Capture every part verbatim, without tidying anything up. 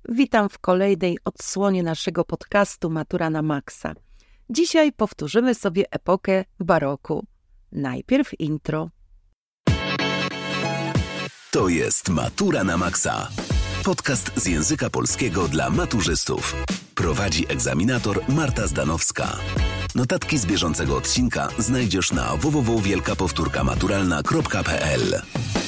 Witam w kolejnej odsłonie naszego podcastu Matura na Maksa. Dzisiaj powtórzymy sobie epokę baroku. Najpierw intro. To jest Matura na Maksa. Podcast z języka polskiego dla maturzystów. Prowadzi egzaminator Marta Zdanowska. Notatki z bieżącego odcinka znajdziesz na w w w kropka wielka powtórka maturalna kropka p l.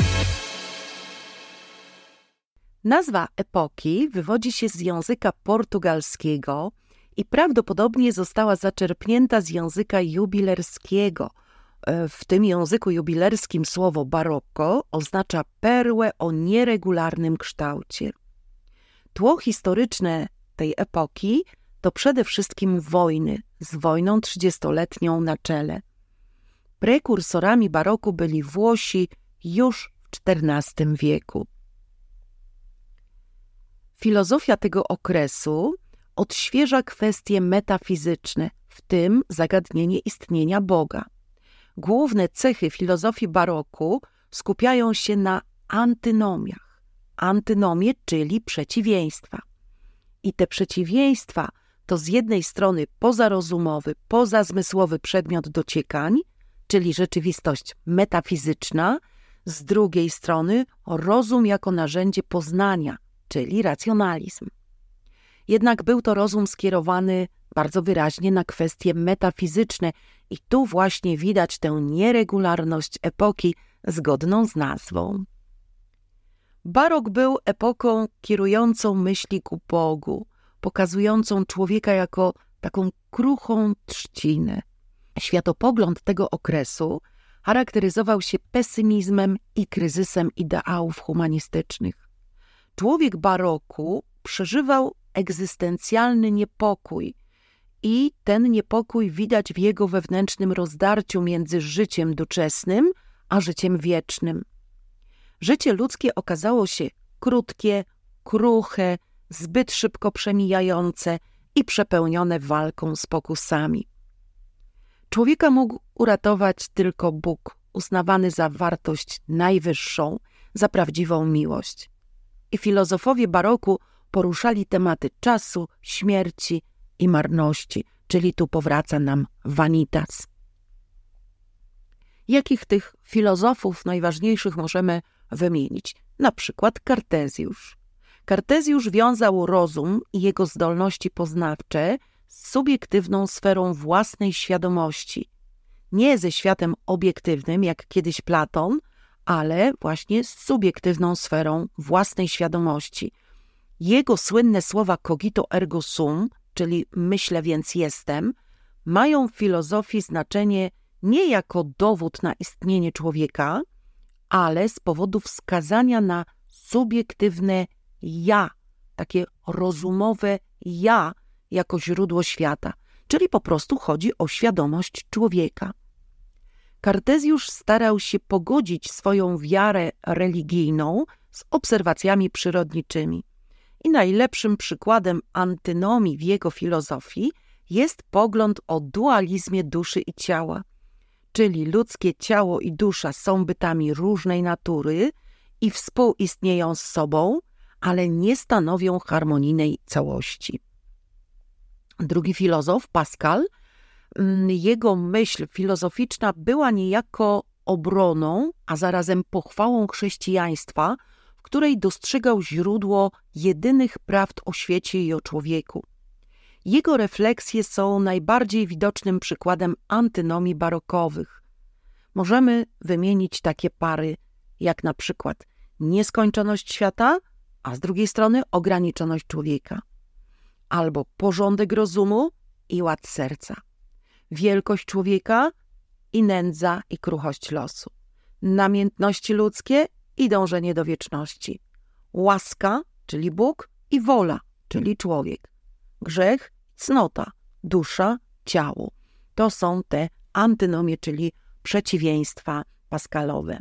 Nazwa epoki wywodzi się z języka portugalskiego i prawdopodobnie została zaczerpnięta z języka jubilerskiego. W tym języku jubilerskim słowo barocco oznacza perłę o nieregularnym kształcie. Tło historyczne tej epoki to przede wszystkim wojny, z wojną trzydziestoletnią na czele. Prekursorami baroku byli Włosi już w czternastym wieku. Filozofia tego okresu odświeża kwestie metafizyczne, w tym zagadnienie istnienia Boga. Główne cechy filozofii baroku skupiają się na antynomiach. Antynomie, czyli przeciwieństwa. I te przeciwieństwa to z jednej strony pozarozumowy, pozazmysłowy przedmiot dociekań, czyli rzeczywistość metafizyczna, z drugiej strony rozum jako narzędzie poznania, czyli racjonalizm. Jednak był to rozum skierowany bardzo wyraźnie na kwestie metafizyczne i tu właśnie widać tę nieregularność epoki zgodną z nazwą. Barok był epoką kierującą myśli ku Bogu, pokazującą człowieka jako taką kruchą trzcinę. Światopogląd tego okresu charakteryzował się pesymizmem i kryzysem ideałów humanistycznych. Człowiek baroku przeżywał egzystencjalny niepokój i ten niepokój widać w jego wewnętrznym rozdarciu między życiem doczesnym a życiem wiecznym. Życie ludzkie okazało się krótkie, kruche, zbyt szybko przemijające i przepełnione walką z pokusami. Człowieka mógł uratować tylko Bóg, uznawany za wartość najwyższą, za prawdziwą miłość. I filozofowie baroku poruszali tematy czasu, śmierci i marności, czyli tu powraca nam vanitas. Jakich tych filozofów najważniejszych możemy wymienić? Na przykład Kartezjusz. Kartezjusz wiązał rozum i jego zdolności poznawcze z subiektywną sferą własnej świadomości. Nie ze światem obiektywnym, jak kiedyś Platon, ale właśnie z subiektywną sferą własnej świadomości. Jego słynne słowa cogito ergo sum, czyli myślę więc jestem, mają w filozofii znaczenie nie jako dowód na istnienie człowieka, ale z powodu wskazania na subiektywne ja, takie rozumowe ja jako źródło świata, czyli po prostu chodzi o świadomość człowieka. Kartezjusz starał się pogodzić swoją wiarę religijną z obserwacjami przyrodniczymi. I najlepszym przykładem antynomii w jego filozofii jest pogląd o dualizmie duszy i ciała, czyli ludzkie ciało i dusza są bytami różnej natury i współistnieją z sobą, ale nie stanowią harmonijnej całości. Drugi filozof, Pascal, jego myśl filozoficzna była niejako obroną, a zarazem pochwałą chrześcijaństwa, w której dostrzegał źródło jedynych prawd o świecie i o człowieku. Jego refleksje są najbardziej widocznym przykładem antynomii barokowych. Możemy wymienić takie pary, jak na przykład nieskończoność świata, a z drugiej strony ograniczoność człowieka. Albo porządek rozumu i ład serca. Wielkość człowieka i nędza i kruchość losu. Namiętności ludzkie i dążenie do wieczności. Łaska, czyli Bóg, i wola, czyli człowiek. Grzech, cnota, dusza, ciało. To są te antynomie, czyli przeciwieństwa paskalowe.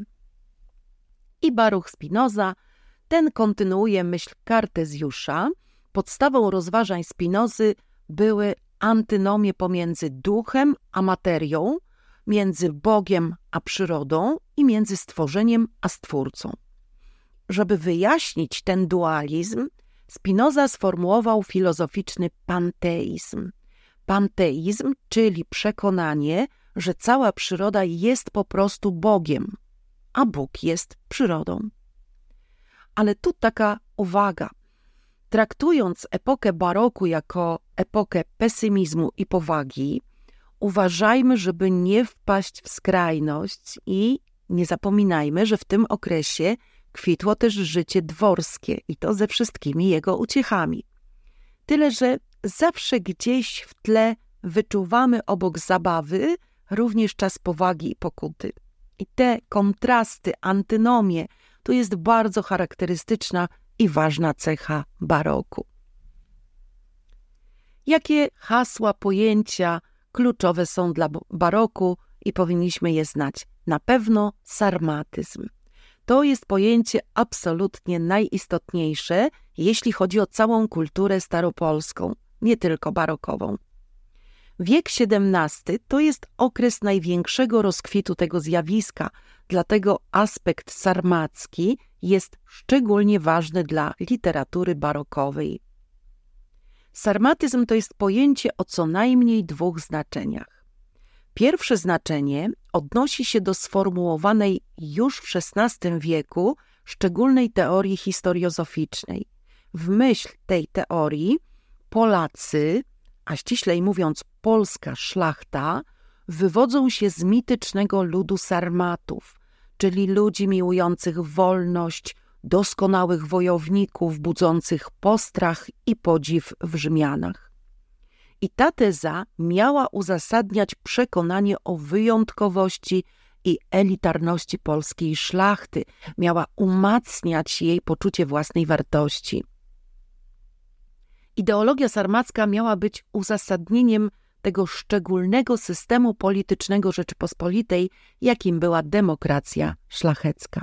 I Baruch Spinoza, ten kontynuuje myśl Kartezjusza. Podstawą rozważań Spinozy były antynomie pomiędzy duchem a materią, między Bogiem a przyrodą i między stworzeniem a Stwórcą. Żeby wyjaśnić ten dualizm, Spinoza sformułował filozoficzny panteizm. Panteizm, czyli przekonanie, że cała przyroda jest po prostu Bogiem, a Bóg jest przyrodą. Ale tu taka uwaga. Traktując epokę baroku jako epokę pesymizmu i powagi, uważajmy, żeby nie wpaść w skrajność i nie zapominajmy, że w tym okresie kwitło też życie dworskie i to ze wszystkimi jego uciechami. Tyle, że zawsze gdzieś w tle wyczuwamy obok zabawy również czas powagi i pokuty. I te kontrasty, antynomie, to jest bardzo charakterystyczna i ważna cecha baroku. Jakie hasła, pojęcia kluczowe są dla baroku i powinniśmy je znać? Na pewno sarmatyzm. To jest pojęcie absolutnie najistotniejsze, jeśli chodzi o całą kulturę staropolską, nie tylko barokową. Wiek siedemnasty to jest okres największego rozkwitu tego zjawiska, dlatego aspekt sarmacki jest szczególnie ważny dla literatury barokowej. Sarmatyzm to jest pojęcie o co najmniej dwóch znaczeniach. Pierwsze znaczenie odnosi się do sformułowanej już w szesnastym wieku szczególnej teorii historiozoficznej. W myśl tej teorii Polacy, a ściślej mówiąc polska szlachta, wywodzą się z mitycznego ludu Sarmatów, czyli ludzi miłujących wolność, doskonałych wojowników, budzących postrach i podziw w Rzymianach. I ta teza miała uzasadniać przekonanie o wyjątkowości i elitarności polskiej szlachty, miała umacniać jej poczucie własnej wartości. Ideologia sarmacka miała być uzasadnieniem tego szczególnego systemu politycznego Rzeczypospolitej, jakim była demokracja szlachecka.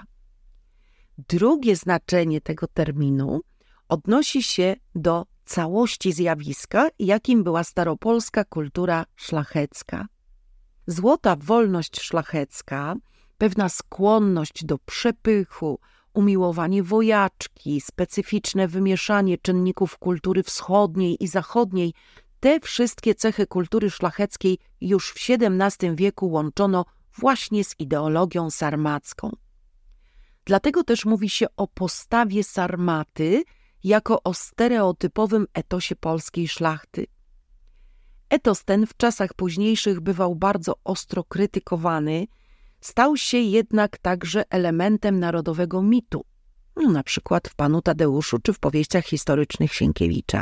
Drugie znaczenie tego terminu odnosi się do całości zjawiska, jakim była staropolska kultura szlachecka. Złota wolność szlachecka, pewna skłonność do przepychu, umiłowanie wojaczki, specyficzne wymieszanie czynników kultury wschodniej i zachodniej, te wszystkie cechy kultury szlacheckiej już w siedemnastym wieku łączono właśnie z ideologią sarmacką. Dlatego też mówi się o postawie Sarmaty jako o stereotypowym etosie polskiej szlachty. Etos ten w czasach późniejszych bywał bardzo ostro krytykowany, stał się jednak także elementem narodowego mitu, no, na przykład w Panu Tadeuszu czy w powieściach historycznych Sienkiewicza.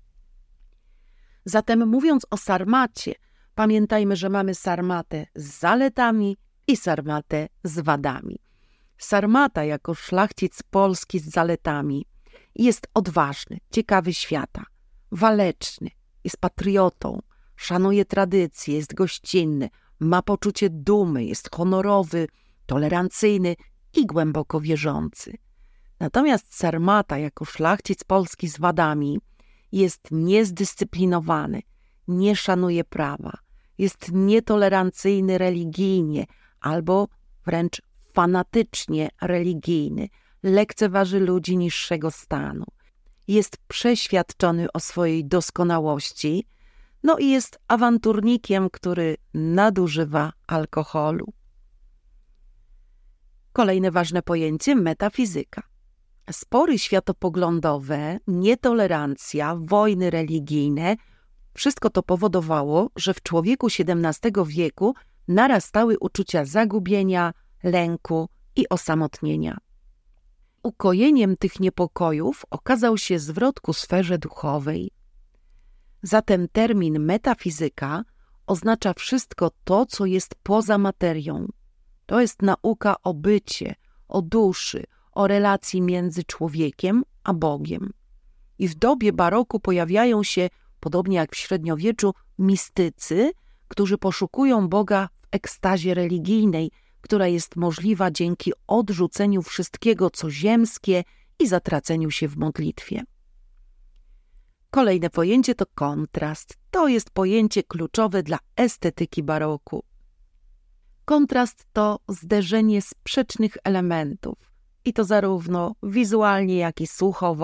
Zatem mówiąc o Sarmacie, pamiętajmy, że mamy Sarmatę z zaletami i Sarmatę z wadami. Sarmata jako szlachcic polski z zaletami jest odważny, ciekawy świata, waleczny, jest patriotą, szanuje tradycje, jest gościnny, ma poczucie dumy, jest honorowy, tolerancyjny i głęboko wierzący. Natomiast Sarmata jako szlachcic polski z wadami jest niezdyscyplinowany, nie szanuje prawa, jest nietolerancyjny religijnie albo wręcz fanatycznie religijny, lekceważy ludzi niższego stanu, jest przeświadczony o swojej doskonałości, no i jest awanturnikiem, który nadużywa alkoholu. Kolejne ważne pojęcie – metafizyka. Spory światopoglądowe, nietolerancja, wojny religijne – wszystko to powodowało, że w człowieku siedemnastego wieku narastały uczucia zagubienia, lęku i osamotnienia. Ukojeniem tych niepokojów okazał się zwrot ku sferze duchowej. Zatem termin metafizyka oznacza wszystko to, co jest poza materią. To jest nauka o bycie, o duszy, o relacji między człowiekiem a Bogiem. I w dobie baroku pojawiają się, podobnie jak w średniowieczu, mistycy, którzy poszukują Boga w ekstazie religijnej, która jest możliwa dzięki odrzuceniu wszystkiego, co ziemskie i zatraceniu się w modlitwie. Kolejne pojęcie to kontrast. To jest pojęcie kluczowe dla estetyki baroku. Kontrast to zderzenie sprzecznych elementów, i to zarówno wizualnie, jak i słuchowo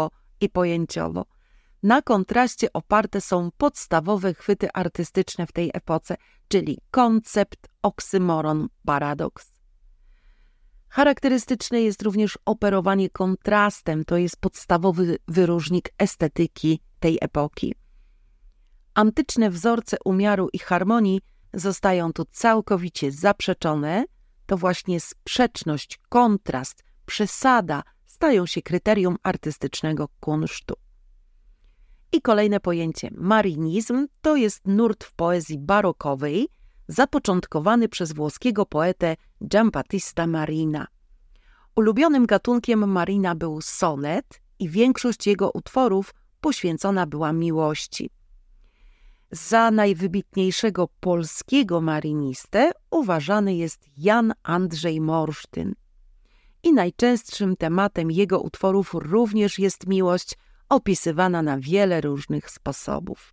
i pojęciowo. Na kontraście oparte są podstawowe chwyty artystyczne w tej epoce, czyli koncept, oksymoron, paradoks. Charakterystyczne jest również operowanie kontrastem, to jest podstawowy wyróżnik estetyki tej epoki. Antyczne wzorce umiaru i harmonii zostają tu całkowicie zaprzeczone, to właśnie sprzeczność, kontrast, przesada stają się kryterium artystycznego kunsztu. I kolejne pojęcie, marinizm, to jest nurt w poezji barokowej, zapoczątkowany przez włoskiego poetę Giambattista Marina. Ulubionym gatunkiem Marina był sonet i większość jego utworów poświęcona była miłości. Za najwybitniejszego polskiego marinistę uważany jest Jan Andrzej Morsztyn. I najczęstszym tematem jego utworów również jest miłość, opisywana na wiele różnych sposobów.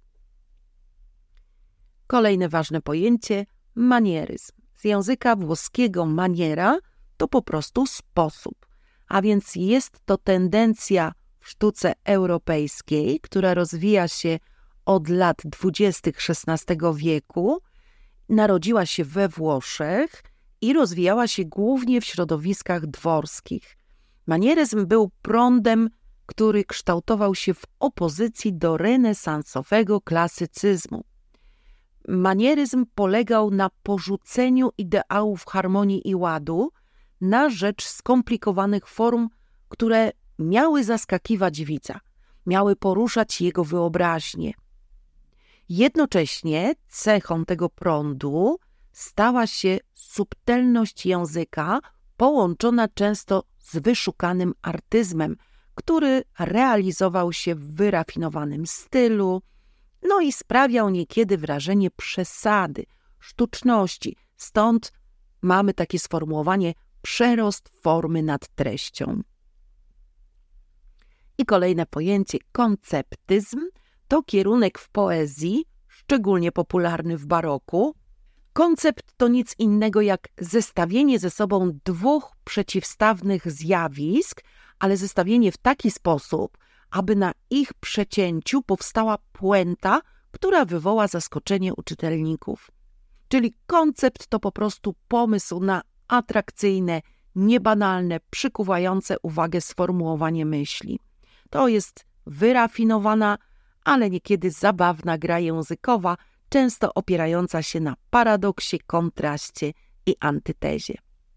Kolejne ważne pojęcie, manieryzm. Z języka włoskiego maniera to po prostu sposób, a więc jest to tendencja w sztuce europejskiej, która rozwija się od lat dwudziestych szesnastego wieku, narodziła się we Włoszech i rozwijała się głównie w środowiskach dworskich. Manieryzm był prądem, który kształtował się w opozycji do renesansowego klasycyzmu. Manieryzm polegał na porzuceniu ideałów harmonii i ładu na rzecz skomplikowanych form, które miały zaskakiwać widza, miały poruszać jego wyobraźnię. Jednocześnie cechą tego prądu stała się subtelność języka, połączona często z wyszukanym artyzmem, który realizował się w wyrafinowanym stylu, no i sprawiał niekiedy wrażenie przesady, sztuczności. Stąd mamy takie sformułowanie przerost formy nad treścią. I kolejne pojęcie, konceptyzm, to kierunek w poezji, szczególnie popularny w baroku. Koncept to nic innego jak zestawienie ze sobą dwóch przeciwstawnych zjawisk, ale zestawienie w taki sposób, aby na ich przecięciu powstała puenta, która wywoła zaskoczenie u czytelników. Czyli koncept to po prostu pomysł na atrakcyjne, niebanalne, przykuwające uwagę sformułowanie myśli. To jest wyrafinowana, ale niekiedy zabawna gra językowa, często opierająca się na paradoksie, kontraście i antytezie.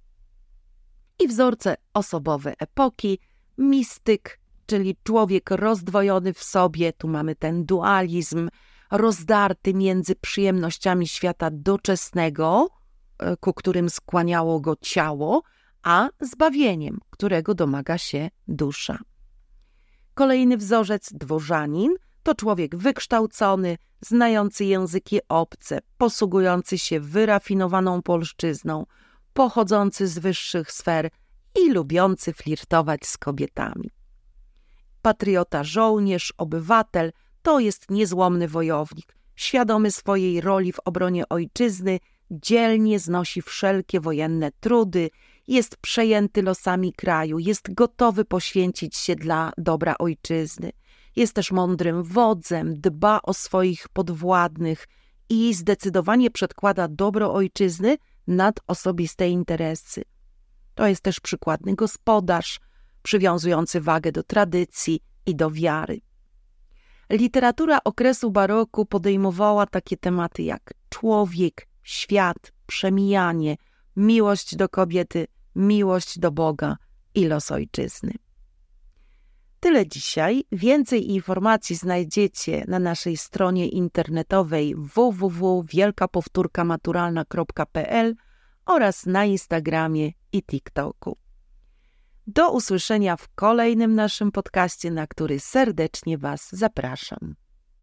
I wzorce osobowe epoki, mistyk, czyli człowiek rozdwojony w sobie, tu mamy ten dualizm, rozdarty między przyjemnościami świata doczesnego, ku którym skłaniało go ciało, a zbawieniem, którego domaga się dusza. Kolejny wzorzec, dworzanin, to człowiek wykształcony, znający języki obce, posługujący się wyrafinowaną polszczyzną, pochodzący z wyższych sfer i lubiący flirtować z kobietami. Patriota, żołnierz, obywatel to jest niezłomny wojownik, świadomy swojej roli w obronie ojczyzny, dzielnie znosi wszelkie wojenne trudy, jest przejęty losami kraju, jest gotowy poświęcić się dla dobra ojczyzny. Jest też mądrym wodzem, dba o swoich podwładnych i zdecydowanie przedkłada dobro ojczyzny nad osobiste interesy. To jest też przykładny gospodarz, przywiązujący wagę do tradycji i do wiary. Literatura okresu baroku podejmowała takie tematy jak człowiek, świat, przemijanie, miłość do kobiety, miłość do Boga i los ojczyzny. Tyle dzisiaj. Więcej informacji znajdziecie na naszej stronie internetowej w w w kropka wielka powtórka maturalna kropka p l oraz na Instagramie i TikToku. Do usłyszenia w kolejnym naszym podcaście, na który serdecznie Was zapraszam.